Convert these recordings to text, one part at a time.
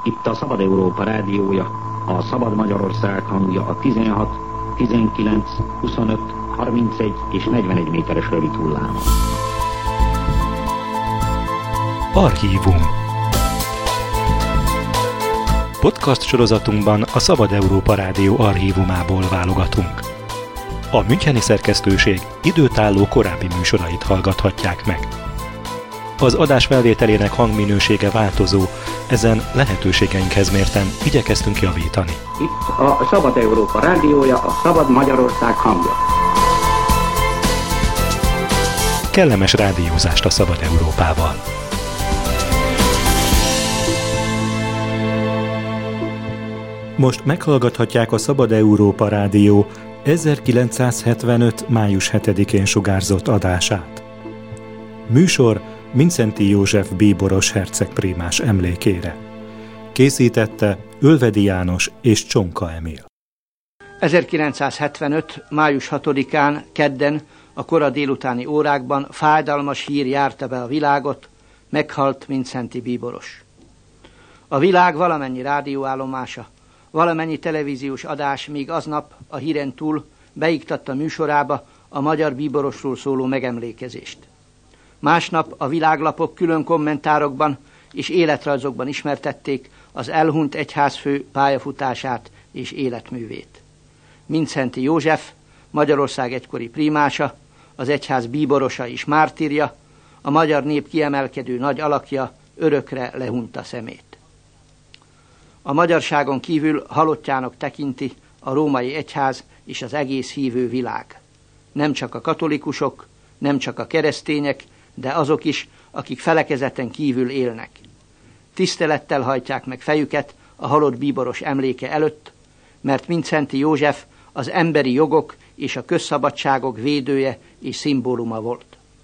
Itt a Szabad Európa rádiója, a Szabad Magyarország hangja a 16, 19, 25, 31 és 41 méteres rövid hullámon. Archívum. Podcast sorozatunkban a Szabad Európa Rádió archívumából válogatunk. A müncheni szerkesztőség időtálló korábbi műsorait hallgathatják meg. Az adás felvételének hangminősége változó, ezen lehetőségeinkhez mérten igyekeztünk javítani. Itt a Szabad Európa rádiója, a Szabad Magyarország hangja. Kellemes rádiózást a Szabad Európával! Most meghallgathatják a Szabad Európa Rádió 1975. május 7-én sugárzott adását. Műsor Mindszenty József bíboros hercegprímás emlékére. Készítette Ölvedi János és Csonka Emil. 1975. május 6-án kedden a kora délutáni órákban fájdalmas hír járta be a világot, meghalt Mindszenty bíboros. A világ valamennyi rádióállomása, valamennyi televíziós adás még aznap a híren túl beiktatta műsorába a magyar bíborosról szóló megemlékezést. Másnap a világlapok külön kommentárokban és életrajzokban ismertették az elhunyt egyházfő pályafutását és életművét. Mindszenty József, Magyarország egykori prímása, az egyház bíborosa és mártírja, a magyar nép kiemelkedő nagy alakja örökre lehunta szemét. A magyarságon kívül halottjának tekinti a római egyház és az egész hívő világ. Nem csak a katolikusok, nem csak a keresztények, de azok is, akik felekezeten kívül élnek. Tisztelettel hajtják meg fejüket a halott bíboros emléke előtt, mert Mindszenty József az emberi jogok és a közszabadságok védője és szimbóluma volt.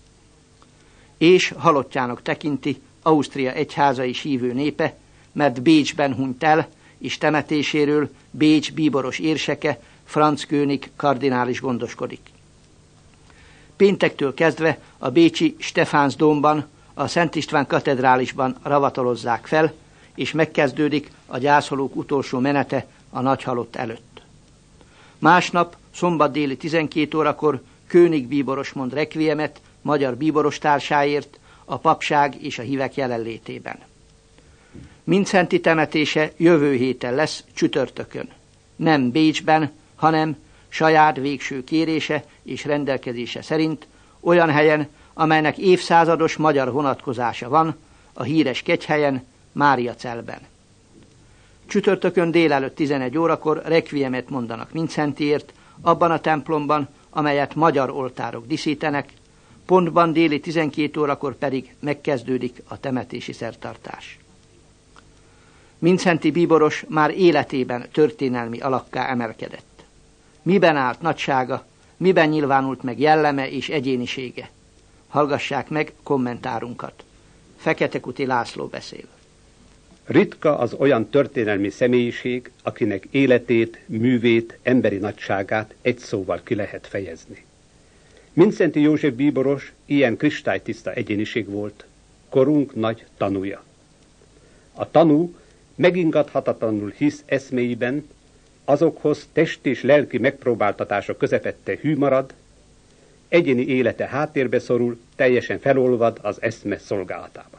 És halottjának tekinti Ausztria egyháza és hívő népe, mert Bécsben hunyt el, és temetéséről Bécs bíboros érseke, Franz König kardinális gondoskodik. Péntektől kezdve a bécsi Stephansdomban, a Szent István katedrálisban ravatalozzák fel, és megkezdődik a gyászolók utolsó menete a nagy halott előtt. Másnap, szombat déli 12 órakor König bíboros mond rekviemet magyar bíborostársáért a papság és a hívek jelenlétében. Mindszenty temetése jövő héten lesz csütörtökön. Nem Bécsben, hanem saját végső kérése és rendelkezése szerint olyan helyen, amelynek évszázados magyar vonatkozása van, a híres kegyhelyen, Máriacelben. Csütörtökön délelőtt 11 órakor rekviemet mondanak Mindszentyért, abban a templomban, amelyet magyar oltárok díszítenek, pontban déli 12 órakor pedig megkezdődik a temetési szertartás. Mindszenty bíboros már életében történelmi alakká emelkedett. Miben állt nagysága, miben nyilvánult meg jelleme és egyénisége? Hallgassák meg kommentárunkat. Feketekuti László beszél. Ritka az olyan történelmi személyiség, akinek életét, művét, emberi nagyságát egy szóval ki lehet fejezni. Mindszenty József bíboros ilyen kristálytiszta egyéniség volt, korunk nagy tanúja. A tanú megingathatatlanul hisz eszméiben, azokhoz testi és lelki megpróbáltatása közepette hű marad, egyéni élete háttérbe szorul, teljesen felolvad az eszme szolgálatában.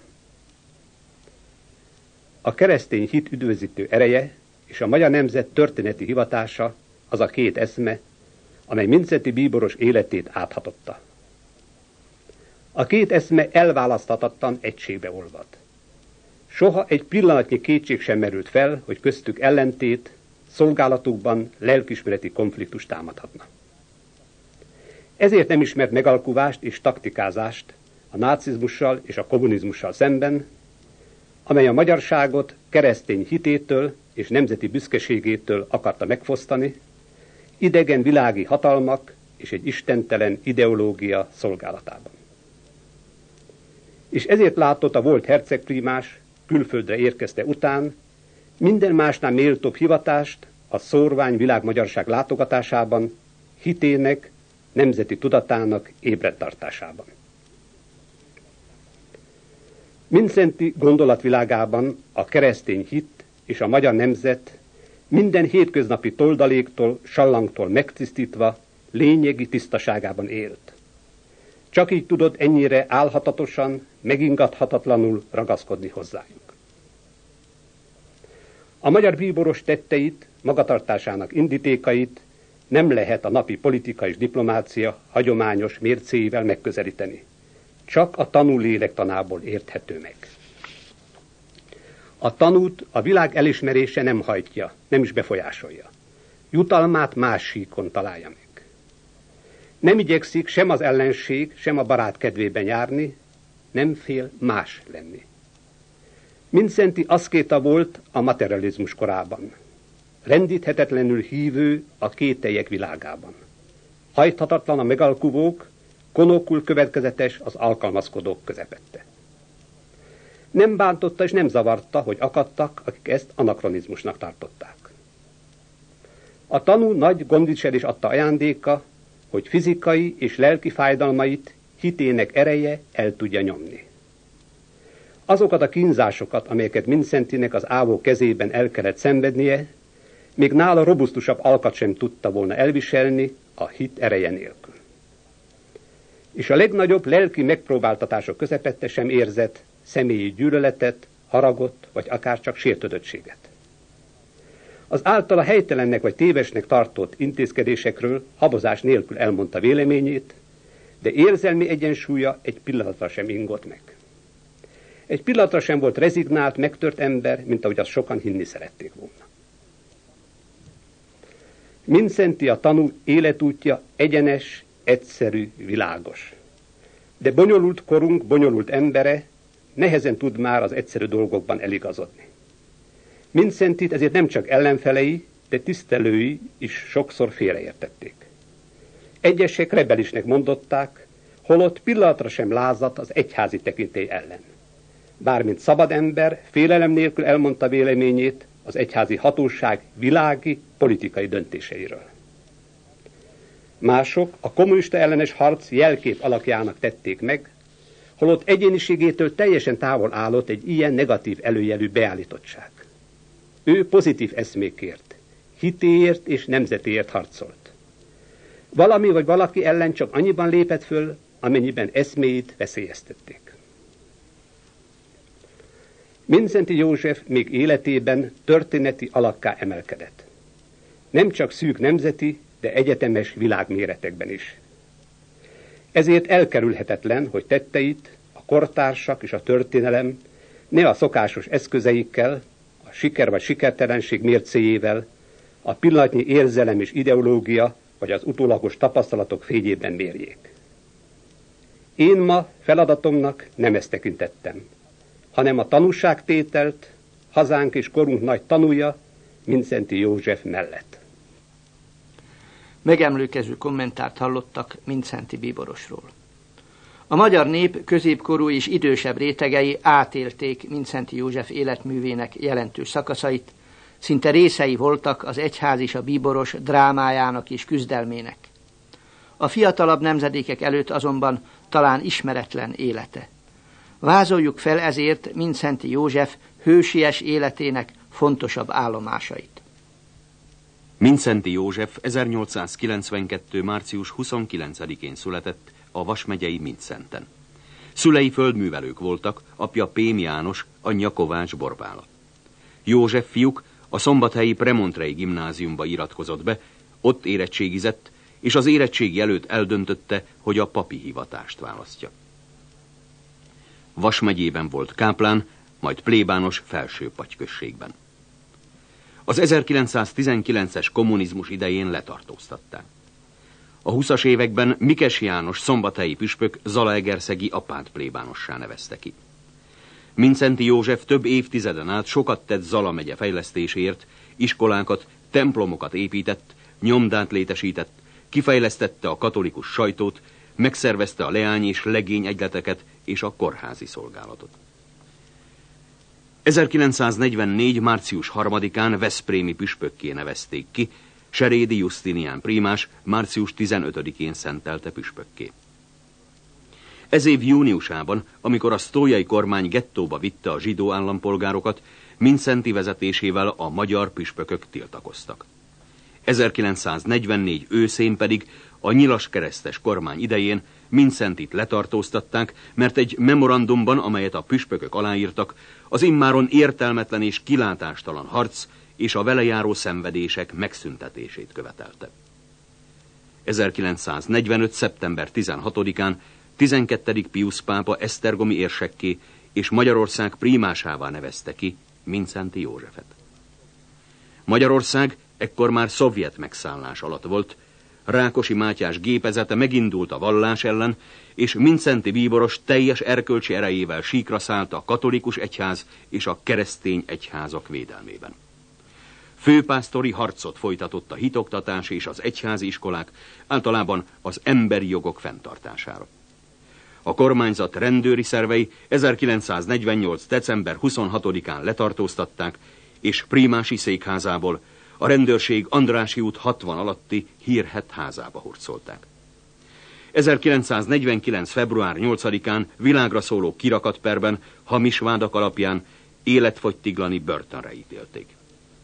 A keresztény hit üdvözítő ereje és a magyar nemzet történeti hivatása az a két eszme, amely Mindszenty bíboros életét áthatotta. A két eszme elválaszthatatlan egységbe olvad. Soha egy pillanatnyi kétség sem merült fel, hogy köztük ellentét, szolgálatukban lelkiismereti konfliktus támadhatna. Ezért nem ismert megalkuvást és taktikázást a nácizmussal és a kommunizmussal szemben, amely a magyarságot keresztény hitétől és nemzeti büszkeségétől akarta megfosztani, idegen világi hatalmak és egy istentelen ideológia szolgálatában. És ezért látott a volt hercegprímás külföldre érkezte után minden másnál méltóbb hivatást a szórvány világmagyarság látogatásában, hitének, nemzeti tudatának ébredtartásában. Mindszenty gondolatvilágában a keresztény hit és a magyar nemzet minden hétköznapi toldaléktól, sallangtól megtisztítva lényegi tisztaságában élt. Csak így tudott ennyire álhatatosan, megingathatatlanul ragaszkodni hozzájuk. A magyar bíboros tetteit, magatartásának indítékait nem lehet a napi politika és diplomácia hagyományos mércéivel megközelíteni. Csak a tanú lélektanából érthető meg. A tanút a világ elismerése nem hajtja, nem is befolyásolja. Jutalmát más síkon találja meg. Nem igyekszik sem az ellenség, sem a barát kedvében járni, nem fél más lenni. Mindszenty aszkéta volt a materializmus korában. Rendíthetetlenül hívő a kételyek világában. Hajthatatlan a megalkuvók, konokul következetes az alkalmazkodók közepette. Nem bántotta és nem zavarta, hogy akadtak, akik ezt anakronizmusnak tartották. A tanú nagy gondviselés adta ajándéka, hogy fizikai és lelki fájdalmait hitének ereje el tudja nyomni. Azokat a kínzásokat, amelyeket Mindszentynek az ávó kezében el kellett szenvednie, még nála robusztusabb alkat sem tudta volna elviselni a hit ereje nélkül. És a legnagyobb lelki megpróbáltatások közepette sem érzett személyi gyűlöletet, haragot, vagy akár csak sértődöttséget. Az általa helytelennek vagy tévesnek tartott intézkedésekről habozás nélkül elmondta véleményét, de érzelmi egyensúlya egy pillanatra sem ingott meg. Egy pillanatra sem volt rezignált, megtört ember, mint ahogy azt sokan hinni szerették volna. Mindszenty a tanú életútja egyenes, egyszerű, világos. De bonyolult korunk, bonyolult embere nehezen tud már az egyszerű dolgokban eligazodni. Mindszentyt ezért nem csak ellenfelei, de tisztelői is sokszor félreértették. Egyesek rebelisnek mondották, holott pillanatra sem lázadt az egyházi tekintély ellen. Bármint szabad ember, félelem nélkül elmondta véleményét az egyházi hatóság világi, politikai döntéseiről. Mások a kommunista ellenes harc jelkép alakjának tették meg, holott egyéniségétől teljesen távol állott egy ilyen negatív előjelű beállítottság. Ő pozitív eszmékért, hitéért és nemzetéért harcolt. Valami vagy valaki ellen csak annyiban lépett föl, amennyiben eszméit veszélyeztették. Mindszenty József még életében történeti alakká emelkedett. Nem csak szűk nemzeti, de egyetemes világméretekben is. Ezért elkerülhetetlen, hogy tetteit a kortársak és a történelem ne a szokásos eszközeikkel, a siker vagy sikertelenség mércéjével, a pillanatnyi érzelem és ideológia, vagy az utólagos tapasztalatok fényében mérjék. Én ma feladatomnak nem ezt tekintettem, hanem a tanúságtételt, hazánk és korunk nagy tanúja, Mindszenty József mellett. Megemlékező kommentárt hallottak Mindszenty bíborosról. A magyar nép középkorú és idősebb rétegei átélték Mindszenty József életművének jelentős szakaszait, szinte részei voltak az egyház és a bíboros drámájának és küzdelmének. A fiatalabb nemzedékek előtt azonban talán ismeretlen élete. Vázoljuk fel ezért Mindszenty József hősies életének fontosabb állomásait. Mindszenty József 1892. március 29-én született a Vas megyei Mindszenten. Szülei földművelők voltak, apja Pém János, anyja Kovács Borbála. József fiúk a szombathelyi Premontrei gimnáziumba iratkozott be, ott érettségizett, és az érettségi előtt eldöntötte, hogy a papi hivatást választja. Vas megyében volt káplán, majd plébános Felső-Pagy községben. Az 1919-es kommunizmus idején letartóztatták. A 20-as években Mikes János szombathelyi püspök zalaegerszegi apát plébánossá nevezte ki. Mindszenty József több évtizeden át sokat tett Zala megye fejlesztéséért, iskolákat, templomokat épített, nyomdát létesített, kifejlesztette a katolikus sajtót, megszervezte a leány és legény egyleteket és a kórházi szolgálatot. 1944. március 3-án veszprémi püspökké nevezték ki, Serédi Justinián prímás március 15-én szentelte püspökké. Ez év júniusában, amikor a sztójai kormány gettóba vitte a zsidó állampolgárokat, Mindszenty vezetésével a magyar püspökök tiltakoztak. 1944 őszén pedig a nyilaskeresztes kormány idején Mindszentyt letartóztatták, mert egy memorandumban, amelyet a püspökök aláírtak, az immáron értelmetlen és kilátástalan harc és a vele járó szenvedések megszüntetését követelte. 1945. szeptember 16-án 12. Piusz pápa esztergomi érsekké és Magyarország prímásává nevezte ki Mindszenty Józsefet. Magyarország ekkor már szovjet megszállás alatt volt, Rákosi Mátyás gépezete megindult a vallás ellen, és Mindszenty bíboros teljes erkölcsi erejével síkra szállt a katolikus egyház és a keresztény egyházak védelmében. Főpásztori harcot folytatott a hitoktatás és az egyházi iskolák, általában az emberi jogok fenntartására. A kormányzat rendőri szervei 1948. december 26-án letartóztatták, és prímási székházából a rendőrség Andrássy út 60 alatti hírhedt házába hurcolták. 1949. február 8-án világra szóló kirakatperben hamis vádak alapján életfogytiglani börtönre ítélték.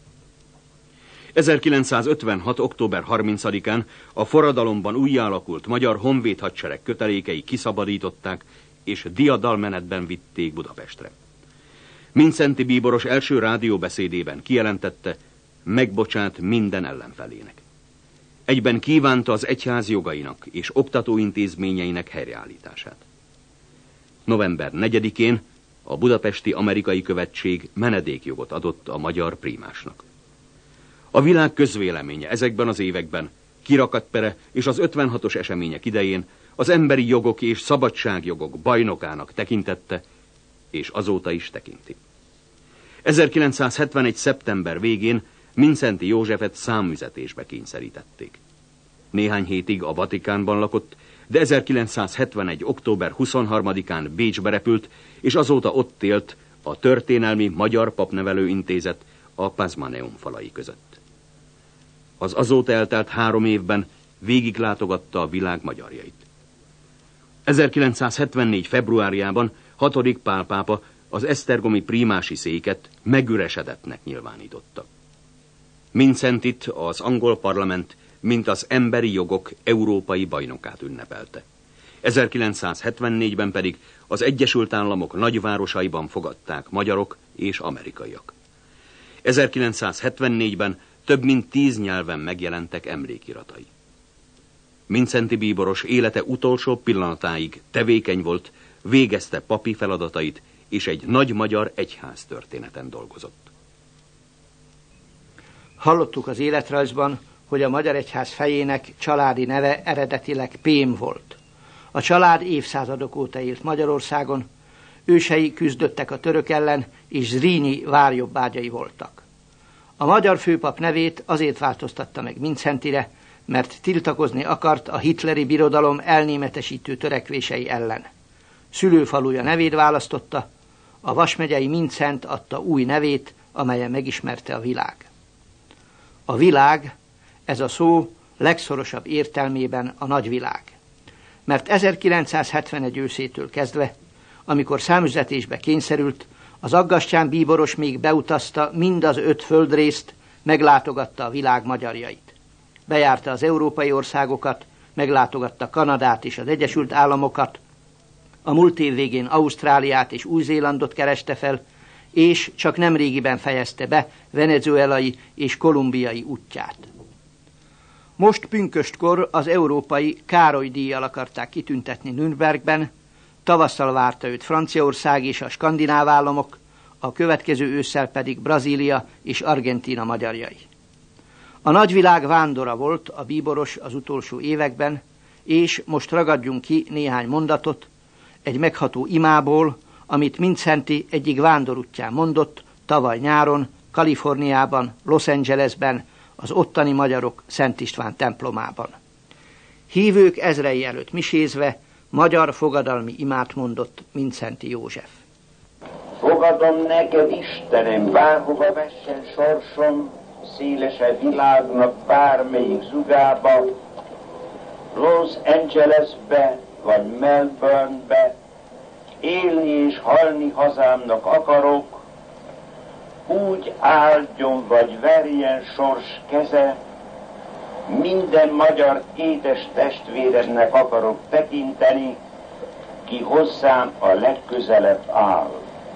1956. október 30-án a forradalomban újjáalakult magyar honvéd hadsereg kötelékei kiszabadították, és diadalmenetben vitték Budapestre. Mindszenty bíboros első rádióbeszédében kijelentette, megbocsát minden ellenfelének. Egyben kívánta az egyház jogainak és oktatóintézményeinek helyreállítását. November 4-én a budapesti amerikai követség menedékjogot adott a magyar prímásnak. A világ közvéleménye ezekben az években, kirakatpere és az 56-os események idején az emberi jogok és szabadságjogok bajnokának tekintette, és azóta is tekinti. 1971. szeptember végén Mindszenty Józsefet számüzetésbe kényszerítették. Néhány hétig a Vatikánban lakott, de 1971. október 23-án Bécsbe repült, és azóta ott élt a történelmi Magyar Papnevelő Intézet a Pazmaneum falai között. Az azóta eltelt 3 évben végiglátogatta a világ magyarjait. 1974. februárjában 6. Pál pápa az esztergomi prímási széket megüresedettnek nyilvánította. Mindszentyt az angol parlament, mint az emberi jogok európai bajnokát ünnepelte. 1974-ben pedig az Egyesült Államok nagyvárosaiban fogadták magyarok és amerikaiak. 1974-ben több mint 10 nyelven megjelentek emlékiratai. Mindszenty bíboros élete utolsó pillanatáig tevékeny volt, végezte papi feladatait, és egy nagy magyar egyház történeten dolgozott. Hallottuk az életrajzban, hogy a magyar egyház fejének családi neve eredetileg Pém volt. A család évszázadok óta élt Magyarországon, ősei küzdöttek a török ellen, és Zrínyi várjobbágyai voltak. A magyar főpap nevét azért változtatta meg Mindszentyre, mert tiltakozni akart a hitleri birodalom elnémetesítő törekvései ellen. Szülőfaluja nevét választotta, a Vas megyei Mindszenty adta új nevét, amelyen megismerte a világ. A világ, ez a szó legszorosabb értelmében a nagyvilág. Mert 1971 őszétől kezdve, amikor számüzetésbe kényszerült, az Aggastyán bíboros még beutazta mind az 5 földrészt, meglátogatta a világ magyarjait. Bejárta az európai országokat, meglátogatta Kanadát és az Egyesült Államokat, a múlt év végén Ausztráliát és Új-Zélandot kereste fel, és csak nemrégiben fejezte be venezuelai és kolumbiai útját. Most pünköstkor az európai Károly-díjjal akarták kitüntetni Nürnbergben, tavasszal várta őt Franciaország és a skandináv államok, a következő ősszel pedig Brazília és Argentína magyarjai. A nagyvilág vándora volt a bíboros az utolsó években, és most ragadjunk ki néhány mondatot egy megható imából, amit Mindszenty egyik vándorútján mondott tavaly nyáron, Kaliforniában, Los Angelesben, az ottani magyarok Szent István templomában. Hívők ezrei előtt misézve magyar fogadalmi imát mondott Mindszenty József. Fogadom neked, Istenem, bárhova vessen sorsom, szélesebb világnak bármelyik zugába, Los Angelesbe vagy Melbournebe, élni és halni hazámnak akarok, úgy áldjon vagy verjen sors keze, minden magyar édes testvéremnek akarok tekinteni, ki hozzám a legközelebb áll.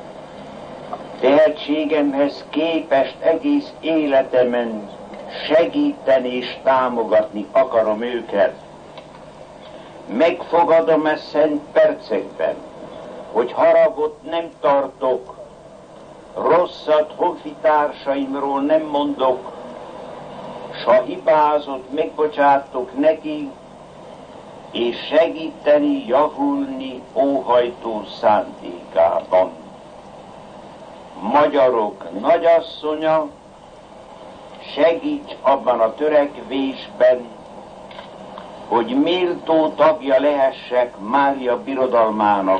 Tehetségemhez képest egész életemen segíteni és támogatni akarom őket. Megfogadom ezt szent percekben, hogy haragot nem tartok, rosszat honfitársaimról nem mondok, s ha hibázott, megbocsátok neki, és segíteni, javulni óhajtó szándékában. Magyarok nagyasszonya, segíts abban a törekvésben, hogy méltó tagja lehessek Mária birodalmának.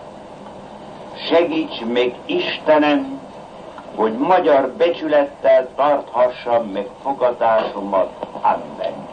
Segíts meg Istenem, hogy magyar becsülettel tarthassam meg fogadásomat. Amen.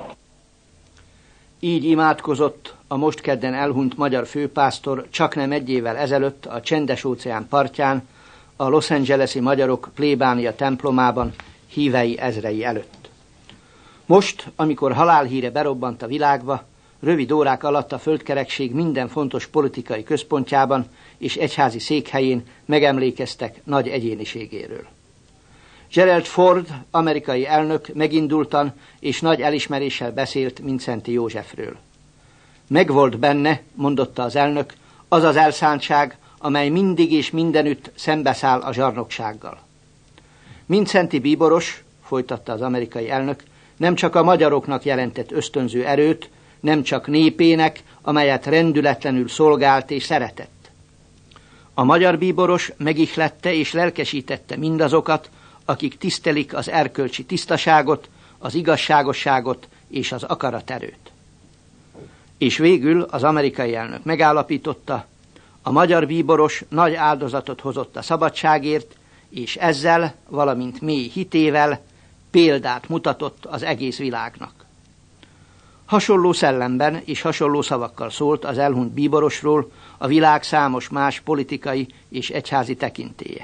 Így imádkozott a most kedden elhunyt magyar főpásztor csaknem egy évvel ezelőtt a Csendes-óceán partján, a Los Angeles-i magyarok plébánia templomában hívei ezrei előtt. Most, amikor halálhíre berobbant a világba, rövid órák alatt a földkerekség minden fontos politikai központjában és egyházi székhelyén megemlékeztek nagy egyéniségéről. Gerald Ford, amerikai elnök megindultan és nagy elismeréssel beszélt Mindszenty Józsefről. Megvolt benne, mondotta az elnök, az az elszántság, amely mindig és mindenütt szembeszáll a zsarnoksággal. Mindszenty bíboros, folytatta az amerikai elnök, nem csak a magyaroknak jelentett ösztönző erőt, nem csak népének, amelyet rendületlenül szolgált és szeretett. A magyar bíboros megihlette és lelkesítette mindazokat, akik tisztelik az erkölcsi tisztaságot, az igazságosságot és az akaraterőt. És végül az amerikai elnök megállapította, a magyar bíboros nagy áldozatot hozott a szabadságért, és ezzel, valamint mély hitével példát mutatott az egész világnak. Hasonló szellemben és hasonló szavakkal szólt az elhunyt bíborosról a világ számos más politikai és egyházi tekintélye.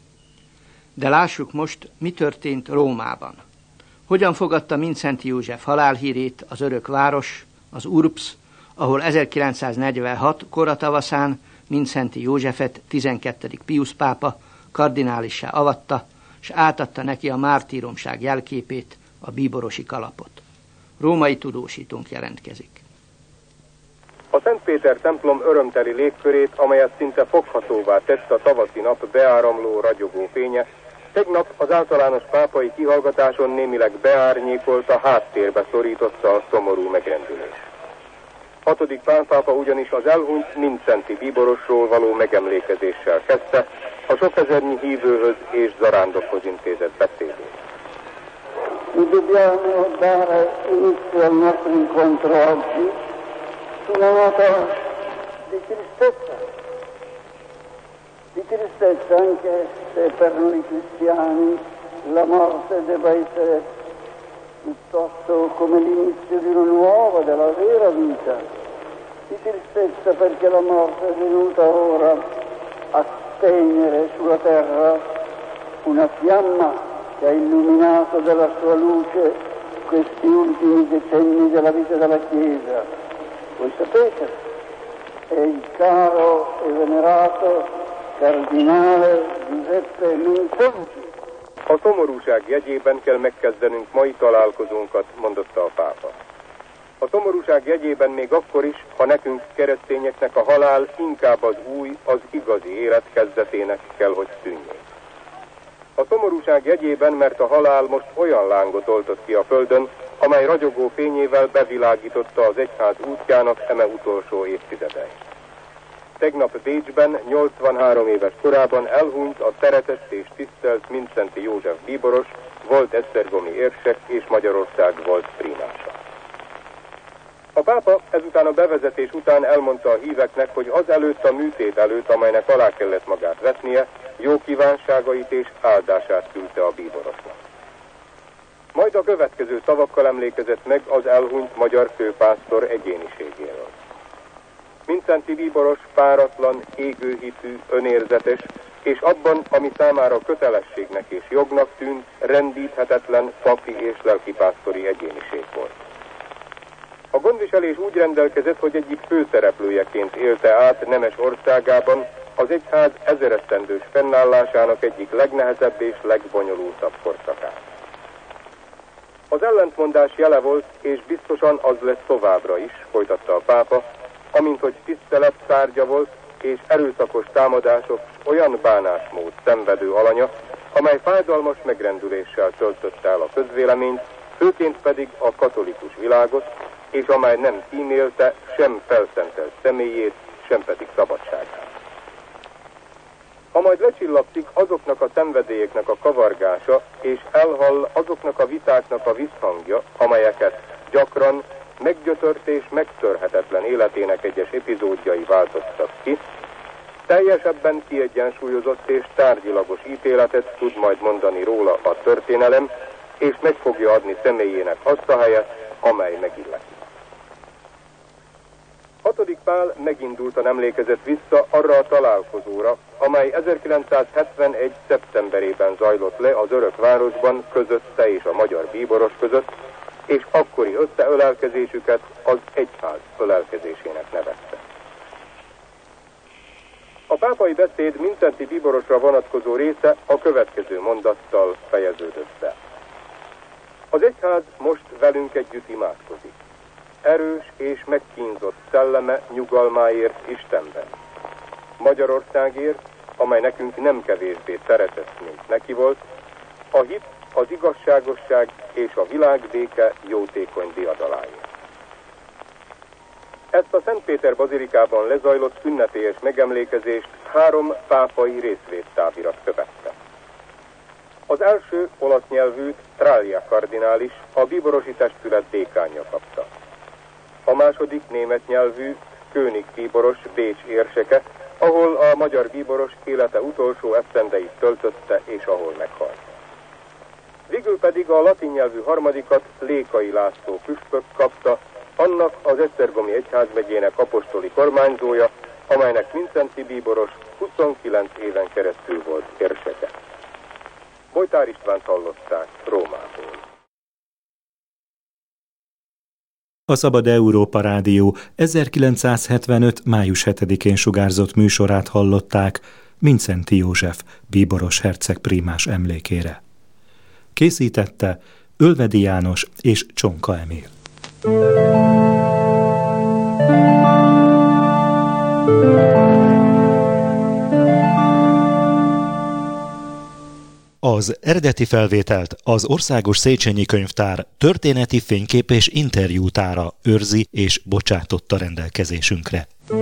De lássuk most, mi történt Rómában. Hogyan fogadta Mindszenty József halálhírét az örök város, az Urbs, ahol 1946 koratavaszán Mindszenty Józsefet 12. Piusz pápa kardinálissá avatta, és átadta neki a mártíromság jelképét, a bíborosi kalapot. Római tudósítónk jelentkezik. A Szent Péter templom örömteli légkörét, amelyet szinte foghatóvá tett a tavaszi nap beáramló, ragyogó fénye, tegnap az általános pápai kihallgatáson némileg beárnyékolta, háttérbe szorította a szomorú megrendülés. 6. Pál pápa ugyanis az elhunyt Mindszenty bíborosról való megemlékezéssel kezdte a sok ezernyi hívőhöz és zarándokhoz intézett beszédét. Dobbiamo dare inizio al nostro incontro oggi su una nota di tristezza anche se per noi cristiani la morte debba essere piuttosto come l'inizio di una nuova, della vera vita, di tristezza perché la morte è venuta ora a spegnere sulla terra una fiamma che ha illuminato della sua luce questi ultimi decenni della vita della Chiesa. Voi sapete, è il caro e venerato cardinale Giuseppe Mindszenty. A szomorúság jegyében kell megkezdenünk mai találkozónkat, mondotta a pápa. A szomorúság jegyében még akkor is, ha nekünk keresztényeknek a halál inkább az új, az igazi élet kezdetének kell, hogy tűnjék. A szomorúság jegyében, mert a halál most olyan lángot oltott ki a földön, amely ragyogó fényével bevilágította az egyház útjának eme utolsó évtizedeit. Tegnap Bécsben, 83 éves korában elhunyt a szeretett és tisztelt Mindszenty József bíboros, volt esztergomi érsek és Magyarország volt prímása. A pápa ezután a bevezetés után elmondta a híveknek, hogy azelőtt a műtét előtt, amelynek alá kellett magát vetnie, jó kívánságait és áldását küldte a bíborosnak. Majd a következő szavakkal emlékezett meg az elhunyt magyar főpásztor egyéniségéről. Mindszenty bíboros páratlan, égőhitű, önérzetes, és abban, ami számára kötelességnek és jognak tűnt, rendíthetetlen papi és lelkipásztori egyéniség volt. A gondviselés úgy rendelkezett, hogy egyik főszereplőjeként élte át nemes országában az egyház 1000 esztendős fennállásának egyik legnehezebb és legbonyolultabb korszakát. Az ellentmondás jele volt, és biztosan az lesz továbbra is, folytatta a pápa, amint hogy tisztelet tárgya volt, és erőszakos támadások olyan bánásmód szenvedő alanya, amely fájdalmas megrendüléssel töltötte el a közvéleményt, főként pedig a katolikus világot, és amely nem kímélte sem felszentelt személyét, sem pedig szabadságát. Ha majd lecsillapszik azoknak a szenvedélyeknek a kavargása, és elhall azoknak a vitáknak a visszhangja, amelyeket gyakran meggyötört és megtörhetetlen életének egyes epizódjai változtak ki, teljesebben kiegyensúlyozott és tárgyilagos ítéletet tud majd mondani róla a történelem, és meg fogja adni személyének azt a helyet, amely megilleti. 6. Pál megindultan emlékezett vissza arra a találkozóra, amely 1971. szeptemberében zajlott le az Örökvárosban közötte és a magyar bíboros között, és akkori összeölelkezésüket az egyház ölelkezésének nevezte. A pápai beszéd Mindszenty bíborosra vonatkozó része a következő mondattal fejeződött be. Az egyház most velünk együtt imádkozik. Erős és megkínzott szelleme nyugalmáért Istenben. Magyarországért, amely nekünk nem kevésbé szeretett, mint neki volt, a hit, az igazságosság és a világbéke jótékony diadaláért. Ezt a Szent Péter bazilikában lezajlott ünnepélyes megemlékezést 3 pápai részvéttávirat követte. Az első olasz nyelvű Traglia kardinális, a bíborosi testület dékánja kapta. A második német nyelvű König bíboros Bécs érseke, ahol a magyar bíboros élete utolsó esztendeit töltötte és ahol meghalt. Végül pedig a latin nyelvű harmadikat Lékai László püspök kapta, annak az Esztergomi egyházmegyének apostoli kormányzója, amelynek Mindszenty bíboros 29 éven keresztül volt érseke. Bojtár Istvánt hallották Rómából. A Szabad Európa Rádió 1975. május 7-én sugárzott műsorát hallották Mindszenty József bíboros herceg prímás emlékére. Készítette Ölvedi János és Csonka Emil. Az eredeti felvételt az Országos Széchenyi Könyvtár történeti fénykép és interjútára őrzi és bocsátotta rendelkezésünkre.